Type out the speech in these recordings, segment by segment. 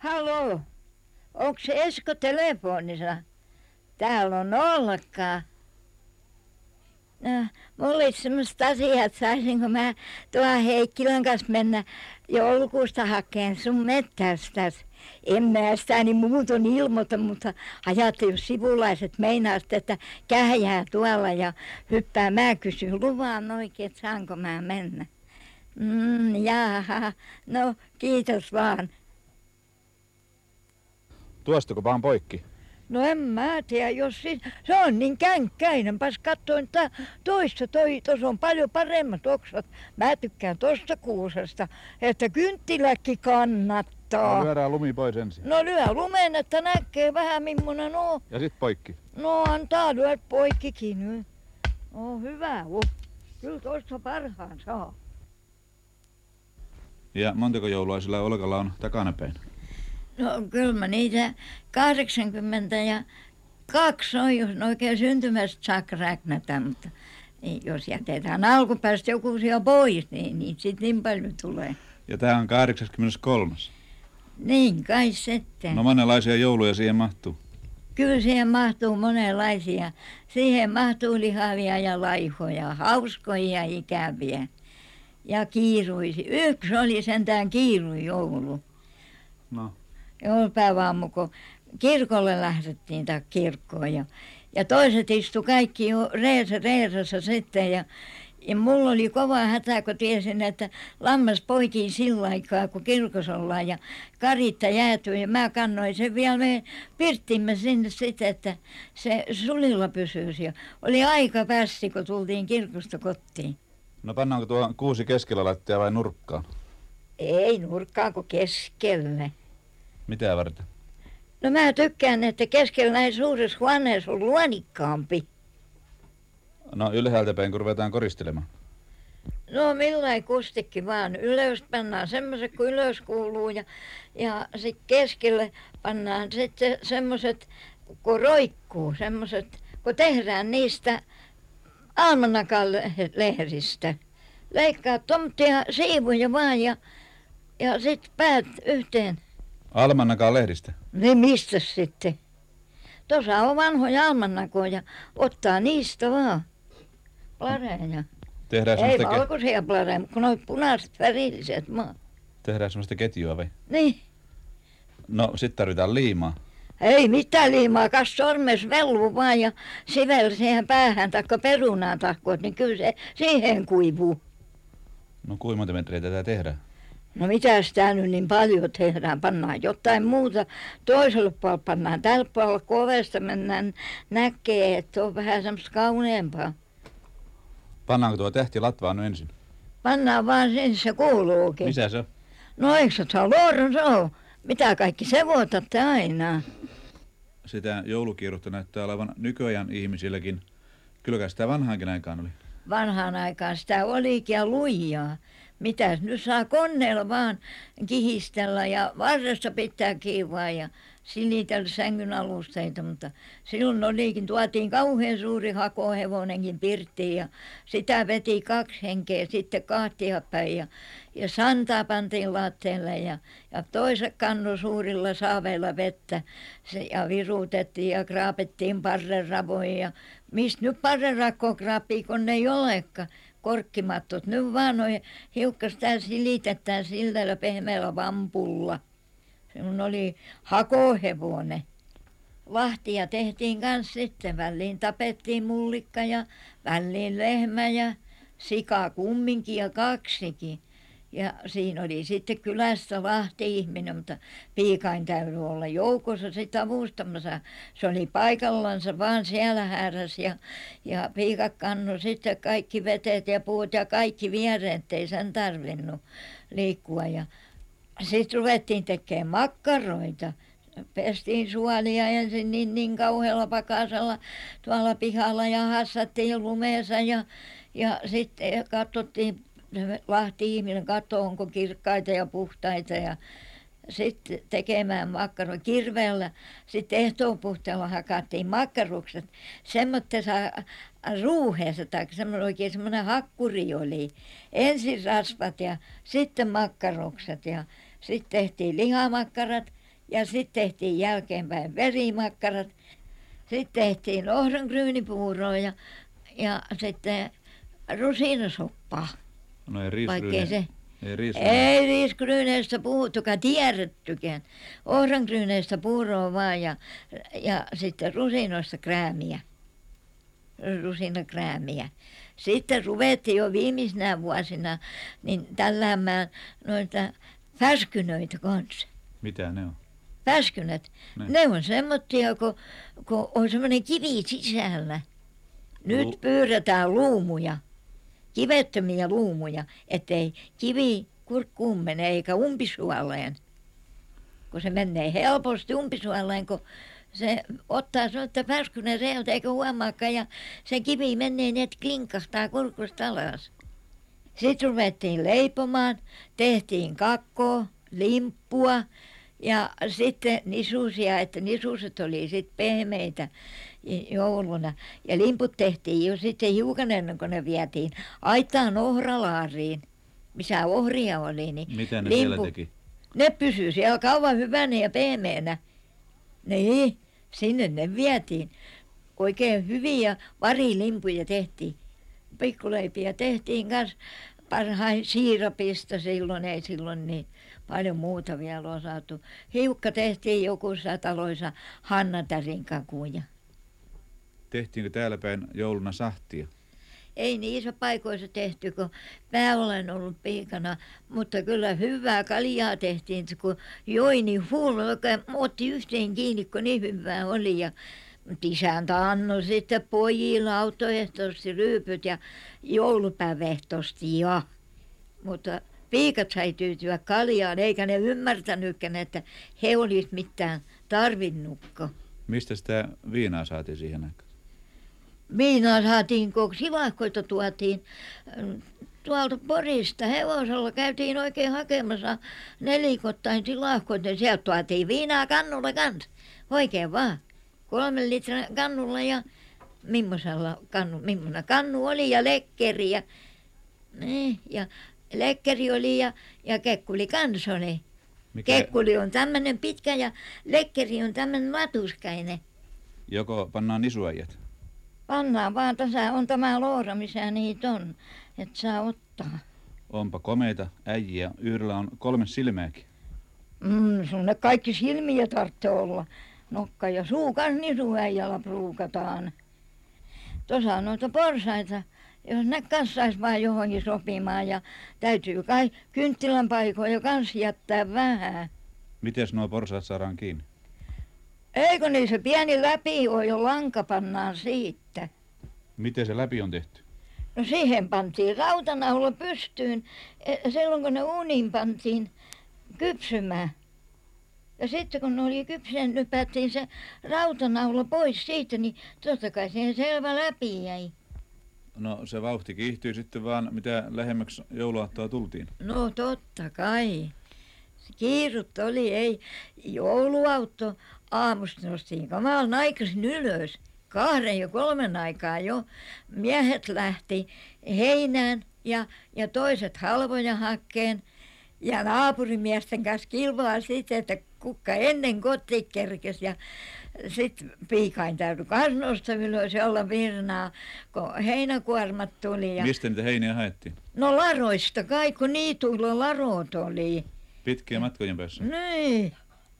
Halloo, onko se Esko telefonissa? Täällä on Ollakkaa. No, mulla olisi semmoista asiaa, että saisinko mä tuohon Heikkilän kanssa mennä joulukuusta hakemaan sun mettästäsi. En mä sitä niin muuten ilmoita, mutta ajattelin, jos sivulaiset meinaavat, että kähjää tuolla ja hyppää. Mä kysyn luvan oikein, että saanko mä mennä. Jaha, no kiitos vaan. Tuostako vaan poikki? No en mä tiedä, jos se on niin känkkäinen. Pas katsoin, että tuossa on paljon paremmat oksat. Mä tykkään tosta kuusesta, että kynttiläkin kannattaa. No, lyödään lumi pois ensin. No lyö lumen, että näkee vähän millainen on. Ja sit poikki. No antaa lyödä poikkikin nyt. No hyvä on. Kyllä tuosta parhaan saa. Ja montako joulua sillä Olkalla on takanapäin? No kyllä mä niitä 82 on, jos ne oikein syntymästä saakka räknätä, mutta niin, jos jätetään alkupäästä joku siellä pois, niin sitten niin paljon tulee. Ja tää on 83. Niin kai sitten. No monenlaisia jouluja siihen mahtuu. Kyllä siihen mahtuu monenlaisia. Siihen mahtuu lihavia ja laihoja, hauskoja ja ikäviä ja kiiruisia. Yksi oli sentään kiirujoulu. No. Joulupäiväaamu, kun kirkolle lähdettiin tai kirkkoon ja toiset istu kaikki jo reesassa sitten ja mulla oli kova hätä, kun tiesin, että lammas poikii sillä aikaa, kun kirkossa ollaan ja karitta jäätyy ja mä kannoin sen vielä meidän pirttimme sinne sitten, että se sulilla pysyisi ja oli aika päästi, kun tultiin kirkosta kotiin. No pannaanko tuo kuusi keskellä lattia vai nurkkaan? Ei nurkkaan kuin keskelle. Mitä varten? No mä tykkään, että keskellä näin suuressa huoneessa on luonikkaampi. No ylhäältä päin, kun ruvetaan koristelemaan. No millain kustikin vaan. Ylös pannaan semmoiset, kun ylös kuuluu ja sitten keskelle pannaan sitten semmoiset, kun roikkuu, semmoiset, kun tehdään niistä almanakan lehdistä. Leikkaa tommoisia siivuja vaan ja sitten päät yhteen. Almanakan lehdistä? Niin mistä sitten? Tuossa on vanhoja almanakoja. Ottaa niistä vaan plareja. Tehdään Ei semmoista valkoisia plareja, mutta kun noin punaiset värilliset maa. Tehdään semmoista ketjua vai? Niin. No sit tarvitaan liimaa. Ei mitään liimaa, kas sormes vellu vaan ja sivel siihen päähän taikka perunaan tahkoot, niin kyllä se siihen kuivuu. No kuinka monta metriä tätä tehdään? No mitäs tää nyt niin paljon tehdään, pannaan jotain muuta. Toisella puolella pannaan, tällä puolella kun ovesta mennään, näkee, että on vähän semmoista kauneempaa. Pannaanko tuo tähti latvaan nyt ensin? Pannaan vaan sinne, se kuuluukin. Missä se on? No eikö se ole luoron se on? Mitä kaikki sekoitatte aina? Sitä joulukiiruhta näyttää olevan nykyajan ihmisilläkin. Kylläkään sitä vanhaankin aikaan oli. Vanhaan aikaan sitä olikin ja lujaa. Mitäs nyt saa koneella vaan kihistellä ja varressa pitää kiivaa ja silitellä sängyn alusteita, mutta silloin olikin, tuotiin kauhean suuri hakohevonenkin pirttiin ja sitä veti 2 henkeä sitten kahtiapäin ja santaa pantiin latteelle ja toiset kannoi suurilla saaveilla vettä ja virutettiin ja kraapettiin parreravoja ja mistä nyt parrerakkoa kraapii, kun ne ei olekaan. Korkkimattot. Nyt vaan noin hiukkastaan silitetään sillä pehmeällä vampulla. Sinun oli hakohevonen. Vahtia tehtiin kanssa sitten. Väliin tapettiin mullikka ja väliin lehmä ja sika kumminkin ja 2. Ja siinä oli sitten kylästä vahti-ihminen, mutta piikain täytyi olla joukossa sitä avustamassa. Se oli paikallansa vaan siellä häräsi ja piikat kannoi sitten kaikki vetet ja puut ja kaikki viereet, ei sen tarvinnut liikkua. Ja sitten ruvettiin tekemään makkaroita. Pestiin suolia ensin niin kauhealla pakasella tuolla pihalla ja hassattiin lumeessa ja sitten katsottiin. Lahti-ihminen katsoi, onko kirkkaita ja puhtaita ja sitten tekemään makkaroita kirveellä. Sitten ehtoopuhteella hakattiin makkarukset semmoisessa ruuheessa tai oikein semmoinen hakkuri oli. Ensin rasvat ja sitten makkarukset ja sitten tehtiin lihamakkarat Ja sitten tehtiin jälkeenpäin verimakkarat. Sitten tehtiin ohranryynipuuroa ja sitten rusinasoppaa. No ei Vaikkei se... riisryyniä. Ei riisiryyneistä puhuttukaan, tiedättykään. Ohranryyneistä puuroa vaan ja sitten rusinoista kräämiä. Rusinakräämiä. Sitten ruvettiin jo viimeisinä vuosina niin tälläämään noita fäskynöitä kanssa. Mitä ne on? Päskynät, ne on semmoisia, kun on semmoinen kivi sisällä. Nyt pyydetään luumuja, kivettömiä luumuja, ettei kivi kurkkuun mene eikä umpisuoleen. Kun se menee helposti umpisuoleen, kun se ottaa semmoista päskynä reiltä eikä huomaakaan ja se kivi menee niin, että klinkahtaa kurkusta alas. Sitten ruvettiin leipomaan, tehtiin kakkoa, limppua. Ja sitten nisusia, että nisuset oli sitten pehmeitä jouluna. Ja limput tehtiin jo sitten hiukan ennen kuin ne vietiin aitaan ohralaariin, missä ohria oli. Niin mitä ne siellä teki? Ne pysyi siellä kauan hyvänä ja pehmeänä. Niin, sinne ne vietiin. Oikein hyviä varilimpuja tehtiin. Pikkuleipiä tehtiin kanssa parhain siirapista silloin, ei silloin niin paljon muuta vielä osattu. Hiukka tehtiin jokussa taloissa Hannatärin kakuja. Tehtiinkö täällä päin jouluna sahtia? Ei niissä paikoissa tehty, kun mä olen ollut piikana, mutta kyllä hyvää kaljaa tehtiin, kun joi niin hullu, joka otti yhteen kiinni, kun niin hyvää oli. Ja isäntä annoi sitten pojille autoehtoisesti ryypyt ja joulupäiväehtoisesti ja. Mutta piikat sai tyytyä kaljaan, eikä ne ymmärtänytkään, että he olisi mitään tarvinnutkaan. Mistä sitä viinaa saatiin siihen aikaan? Viinaa saatiin, kun silakkoita tuotiin tuolta Porista. Hevosella käytiin oikein hakemassa nelikottain silakkoita. Sieltä tuotiin viinaa kannulla kanssa. Oikein vaan. 3 litran kannulla ja millainen kannu oli ja lekkeri ja, niin, ja lekkeri oli ja kekkuli kans oli. Kekkuli on tämmöinen pitkä ja lekkeri on tämmöinen latuskainen. Joko pannaan nisuäijät? Pannaan vaan, tässä on tämä loora, missä niitä on, että saa ottaa. Onpa komeita äijiä. Yhdellä on 3 silmääkin. Sun ne kaikki silmiä tarvitsee olla. Nokka ja suu kanssa nisuäijällä pruukataan. Tuossa on noita porsaita, jos ne kanssa saisi vaan johonkin sopimaan ja täytyy kai kynttilän paikoja kanssa jättää vähän. Mites nuo porsaat saadaan kiinni? Eikö niin se pieni läpi on jo lanka pannaan siitä. Miten se läpi on tehty? No siihen pantiin rautanaula pystyyn silloin kun ne uuniin pantiin kypsymään. Ja sitten kun ne oli kypsyneet, nypättiin se rautanaula pois siitä, niin totta kai siihen selvä läpi jäi. No se vauhti kiihtyi sitten vaan, mitä lähemmäksi jouluaattoa tultiin. No totta kai. Se kiirut oli, ei jouluaatto aamusta nostin kamalan aikaisin ylös. 2 ja 3 aikaa jo miehet lähti heinään ja toiset halvoja hakkeen. Ja naapurimiesten kanssa kilpaa sitten, että kuka ennen kotiin kerkesi. Ja sitten piikain täytyi kanssa nostaa ylös ja olla virnaa, kun heinäkuormat tuli. Ja mistä niitä heiniä haettiin? no laroista kai, kun niituilla larot oli. Pitkiä matkojen päässä? Niin.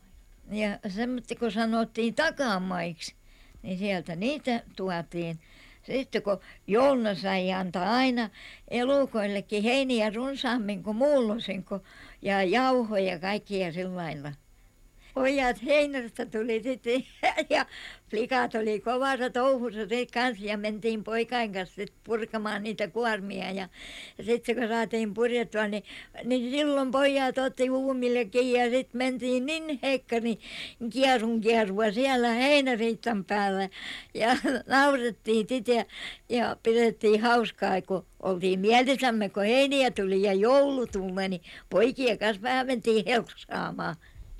Ja semmoista, kun sanottiin takamaiksi, niin sieltä niitä tuotiin. Sitten kun jouluna sai antaa aina elukoillekin heiniä runsaammin kuin muulloin, ja jauhoja ja kaikkia sillä lailla. Pojat heinästä tuli sitten ja likat oli kovassa touhussa sitten kanssa ja mentiin poikain kanssa sitten purkamaan niitä kuormia. Ja sitten kun saatiin purjettua, niin silloin pojat otti uumillekin ja sitten mentiin niin heikkani kierrua siellä heinäriittan päällä. Ja naurettiin sitten ja pidettiin hauskaa, kun oltiin mielisämme, kun heiniä tuli ja joulu tuli, niin poikien kanssa vähän mentiin helksaamaan.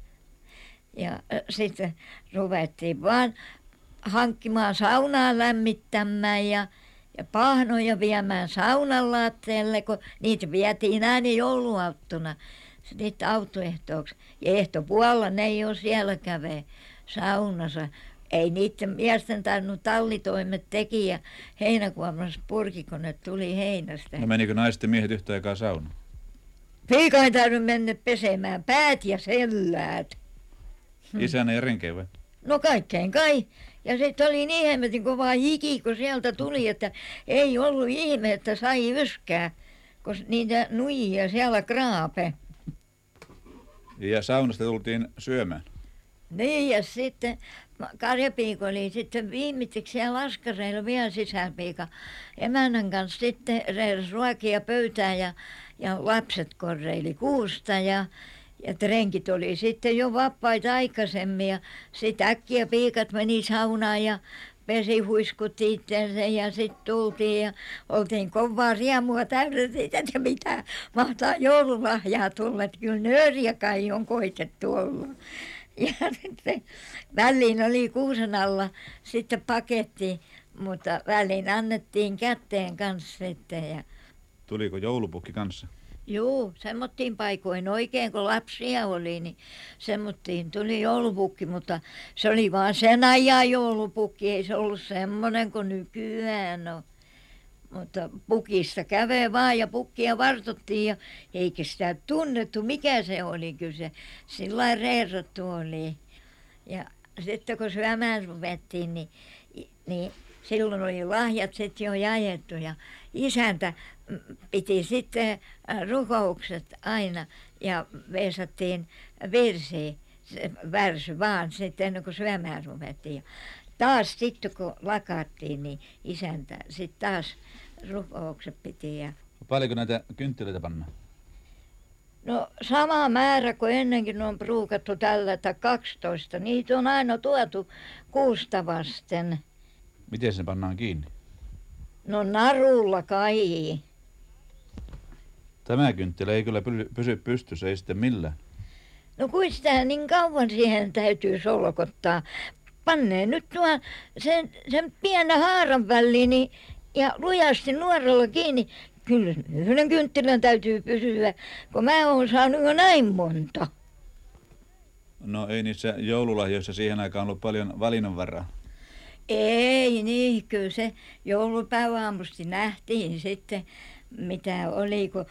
Ja sitten ruvettiin vaan hankkimaan saunaa lämmittämään ja pahnoja viemään saunan lattialle, kun niitä vietiin aina jouluaattona sitten autoehtooksi. Ja ehtopuolella ne ei ole siellä käve saunassa. Ei niiden miesten tarvinnut tallitoimet teki ja heinäkuormassa purki, kun ne tuli heinästä. No menikö naisten miehet yhtä aikaa saunaan? Piika ei tarvinnut mennä pesemään päät ja selläät. Isänä ja renkejä vai? No kaikkein kai. Ja sitten oli niin hemmetin kova hiki, kun sieltä tuli, että ei ollut ihme, että sai yskää, kun niitä nuijia siellä kraape. Ja saunasta tultiin syömään. Niin, ja sitten Karjapiika oli sitten viimeiseksi siellä laskareilla vielä sisäpiika. Emännän kanssa sitten reilasi ruokia pöytään ja lapset korreili kuusta ja renkit oli sitten jo vapaita aikaisemmin ja sitten äkkiä piikat meni saunaan ja pesi huiskutti itsensä ja sitten tultiin ja oltiin kovaa riemua täynnä siitä, että mitä mahtaa joululahjaa tulla, että kyllä nööriä kai on koitettu olla. Ja sitten väliin oli kuusen alla sitten paketti, mutta väliin annettiin käteen kanssa sitten. Ja Tuliko joulupukki kanssa? juu, semmoittiin paikoin oikein, kun lapsia oli, niin semmoittiin tuli joulupukki, mutta se oli vaan sen ajan joulupukki, ei se ollut semmoinen kuin nykyään on. Mutta pukista kävee vaan ja pukkia vartottiin ja eikä sitä tunnettu, mikä se oli, kyllä se sillä lailla reerattu oli. Ja sitten kun syömään ruvettiin, niin silloin oli lahjat sitten jo jaettu ja isäntä piti sitten rukoukset aina ja veisattiin virsiä, se värsy vaan sitten ennen kuin syömään ruvettiin. Ja taas sitten kun lakattiin, niin isäntä sitten taas rukoukset piti. Ja Paljonko näitä kynttilöitä pannaan? no sama määrä kuin ennenkin on pruukattu tällä, että 12. Niitä on aina tuotu kuusta vasten. Miten se pannaan kiinni? No narulla kai. Tämä kynttilä ei kyllä pysy pystyssä, ei sitten millään. No kuin sitä niin kauan siihen täytyy solkottaa. Pannee nyt tuon sen pienen haaran väliin niin, ja lujasti nuoralla kiinni. Kyllä yhden kynttilän täytyy pysyä, kun mä oon saanut jo näin monta. No ei niissä joululahjoissa siihen aikaan ollut paljon valinnanvaraa. Ei niin, kyllä se joulupäiväaamusti nähtiin sitten, mitä oli, kun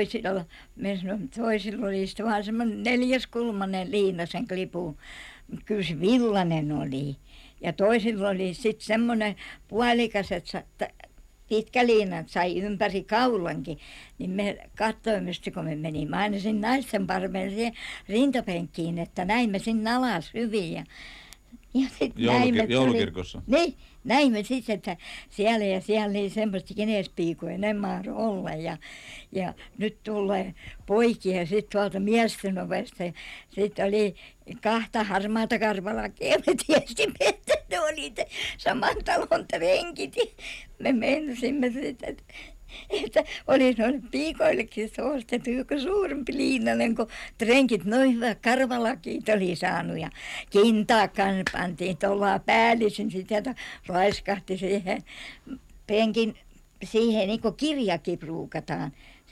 toisilla oli sitten vaan semmoinen 4-kulmainen liinasen klipu. Kyllä se villainen oli. Ja toisilla oli sitten semmoinen puolikas, että pitkä liina, että sai ympäri kaulankin. Niin me katsoimme sitten, kun me menimme aina sinne naisten parveen siihen rintapenkkiin, että näimme sinne alas hyvin. Ja sitten näimme, joulukirkossa? Niin, näimme sitten, että siellä oli semmoista kenespiikoja, ne mahdoivat olla. Ja nyt tulee poikia sitten tuolta miesten ovesta. Ja sitten oli 2 harmaata karvalakkia, me tiesimme, että ne oli saman talon renkit. Me meinasimme sitten, että oli noille piikoillekin ostettu joku suurempi liinainen, kun renkit noin hyvät karvalakit oli saanut. Ja kintaakaan pantiin tuolla päällisin sitten, että raiskahti siihen penkin, siihen niin kuin kirjakin pruukataan.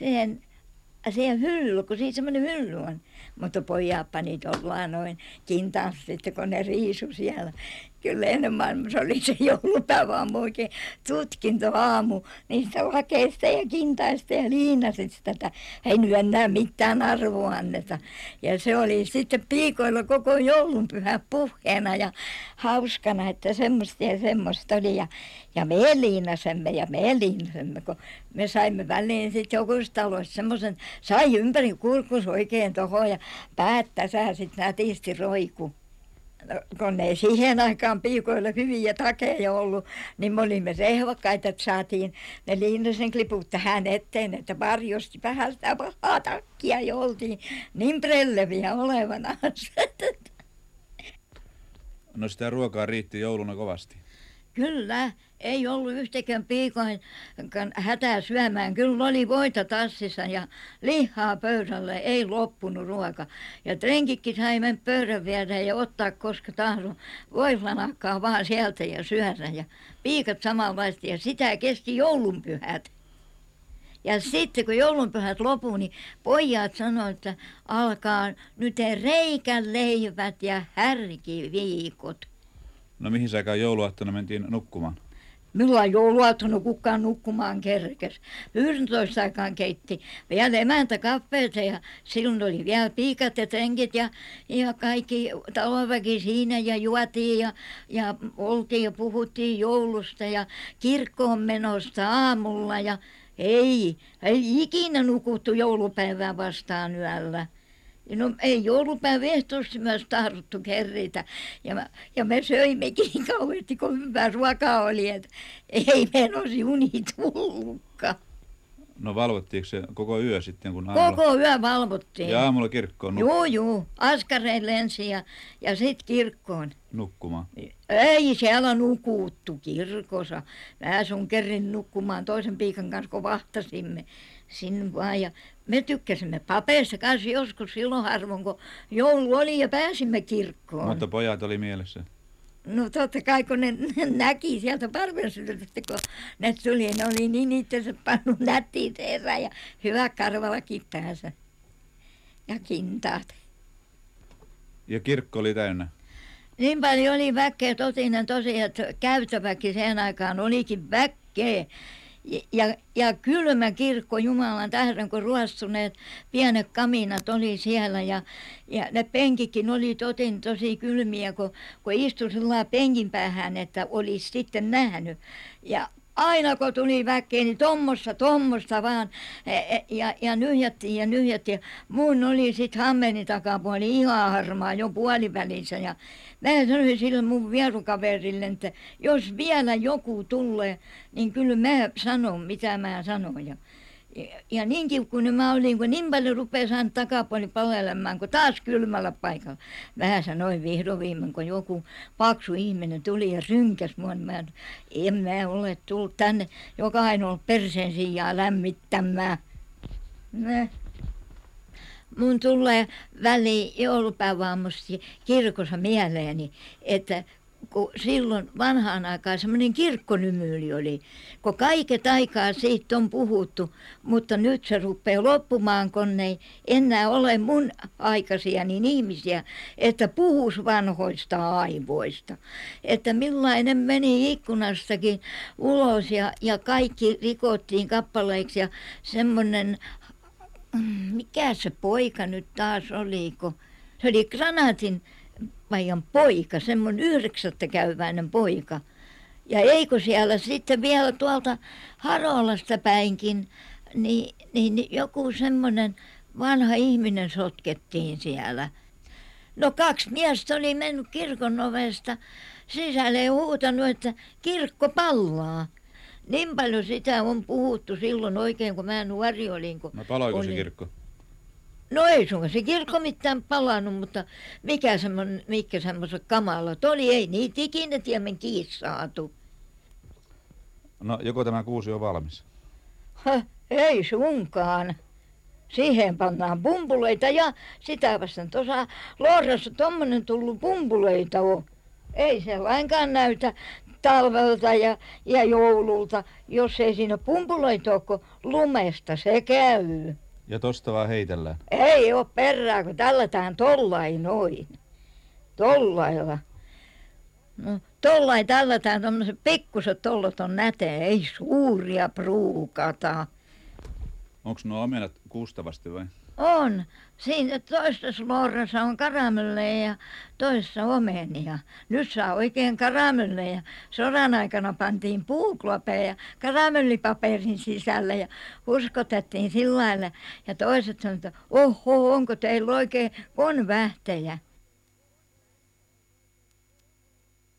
Siihen hylly, kun siinä semmoinen hylly on. Mutta pojat pani tuolla noin kintaan sitten, kun ne riisu siellä. Kyllä ennen maailmassa oli se joulupäivä oikein tutkintoaamu niistä lakeista ja kintaista ja liinasista, että ei nyt enää mitään arvoa anneta. Ja se oli sitten piikoilla koko joulunpyhä puheena ja hauskana, että semmoista ja semmoista oli. Ja me liinasemme, kun me saimme väliin sitten jokussa talossa semmoisen, sai ympäri kurkus oikein tuohon ja päät tässä sitten nätisti roiku. Kun ei siihen aikaan piikoilla hyviä takeja ollut, niin me olimme rehvakkaita, että saatiin ne liinasen kliput tähän eteen, että varjosti vähän sitä pahaa takkia ja oltiin niin prelleviä olevana. No sitä ruokaa riitti jouluna kovasti. Kyllä, ei ollut yhtäkään piikoin hätää syömään. Kyllä oli voita tassissa ja lihaa pöydällä, ei loppunut ruoka. Ja renkitkin sai mennä pöydän viereen ja ottaa koska tahdon voilanakkaa vaan sieltä ja syödä. Ja piikat samanlaista ja sitä kesti joulunpyhät. Ja sitten kun joulunpyhät lopui, niin pojat sanoivat, että alkaa nyt reikäleivät ja härkiviikot. No mihin aikaan jouluaattona mentiin nukkumaan? Milloin jouluaattona kukaan nukkumaan kerkes. 11 aikaan keitti vielä emäntä kahveita ja silloin oli vielä piikat ja rengit ja kaikki talonväki siinä ja juotiin ja oltiin ja puhuttiin joulusta ja kirkkoon menosta aamulla ja ei ikinä nukuttu joulupäivää vastaan yöllä. No ei joulupäivä ehtoosti myös tahdottu kerritä ja me söimmekin niin kauheasti, kun hyvä ruoka oli, että ei menosi uni tullutkaan. No valvottiinko se koko yö sitten, kun aamulla... Koko yö valvottiin. Ja aamulla kirkkoon Juu, askareille ensin ja sitten kirkkoon. nukkumaan? Ei siellä nukuttu kirkossa. Mä sun kerrin nukkumaan toisen piikan kanssa, kun vahtasimme sinne vaan. Ja me tykkäsimme papeista kanssa joskus silloin harvoin, kun joulu oli ja pääsimme kirkkoon. Mutta pojat oli mielessä. No totta kai, kun ne näki sieltä parvensyllystä, kun ne tuli, ne oli niin itsensä pannut nättiin teerään ja hyvä karvalakin päässä ja kintaat. Ja kirkko oli täynnä. Niin paljon oli väkeä totinen tosiaan, että käytäväkin sen aikaan olikin väkeä. Ja kylmä kirkko Jumalan tähden, kun ruostuneet pienet kaminat oli siellä ja ne penkikin oli tosi kylmiä, kun istui sellainen penkin päähän, että olisi sitten nähnyt. Ja aina kun tuli väkeä, niin tuommoista vaan ja nyhjättiin. Mun oli sitten hammeeni takapuoli ihan harmaa jo puolivälissä ja mä sanoin sille mun vierukaverille, että jos vielä joku tulee, niin kyllä mä sanon mitä mä sanon. Ja niinkin kun mä olin, kun niin paljon rupesi aina takapuoli palelemaan, kun taas kylmällä paikalla. Mä sanoin vihdoin viimein, kun joku paksu ihminen tuli ja rynkäsi mua, niin en mä ole tullut tänne joka ainoa perseen sijaa lämmittämään. Mun tulee väliin joulupäiväaamusti kirkossa mieleeni, että kun silloin vanhaan aikaan semmoinen kirkkonymyli oli, kun kaiket aikaa siitä on puhuttu, mutta nyt se rupeaa loppumaan, kun ei enää ole mun aikaisiani ihmisiä, että puhus vanhoista aivoista. Että millainen meni ikkunastakin ulos ja kaikki rikottiin kappaleiksi ja semmoinen, mikä se poika nyt taas oli, kun se oli Granaatin Maijan poika, semmoinen 9. käyväinen poika. Ja eikö siellä sitten vielä tuolta Harolasta päinkin, niin joku semmoinen vanha ihminen sotkettiin siellä. No 2 miestä oli mennyt kirkon ovesta sisälle ja huutanut, että kirkko pallaa. Niin paljon sitä on puhuttu silloin oikein, kun mä nuori olin. No paloiko se kirkko? No ei suinkaan se kirkko mitään palannut, mutta mikä semmoiset kamalat oli, ei niitä ikinä tiemen kiinni saatu. No joko tämä kuusi on valmis? Ei suinkaan. Siihen pannaan pumpuleita ja sitä vastaan tuossa Loorassa tommonen tullut pumpuleita on. Ei se lainkaan näytä talvelta ja joululta, jos ei siinä pumpuleita ole, kun lumesta se käy. Ja tosta vaan heitellään. Ei ole perää, kun tällätään tollain noin. Tollailla. No, tollain tällätään tommoset pikkuset tollot on nätejä, ei suuria pruukata. Onks nuo omenat kuustavasti vai? On. Siinä toisessa Loorassa on karamellejä ja toisessa omenia. Nyt saa oikein karamellejä. Sodan aikana pantiin puuklopeja karamellipaperin sisälle ja uskotettiin sillä lailla. Ja toiset sanoivat, että oho, onko teillä oikein konvähtejä?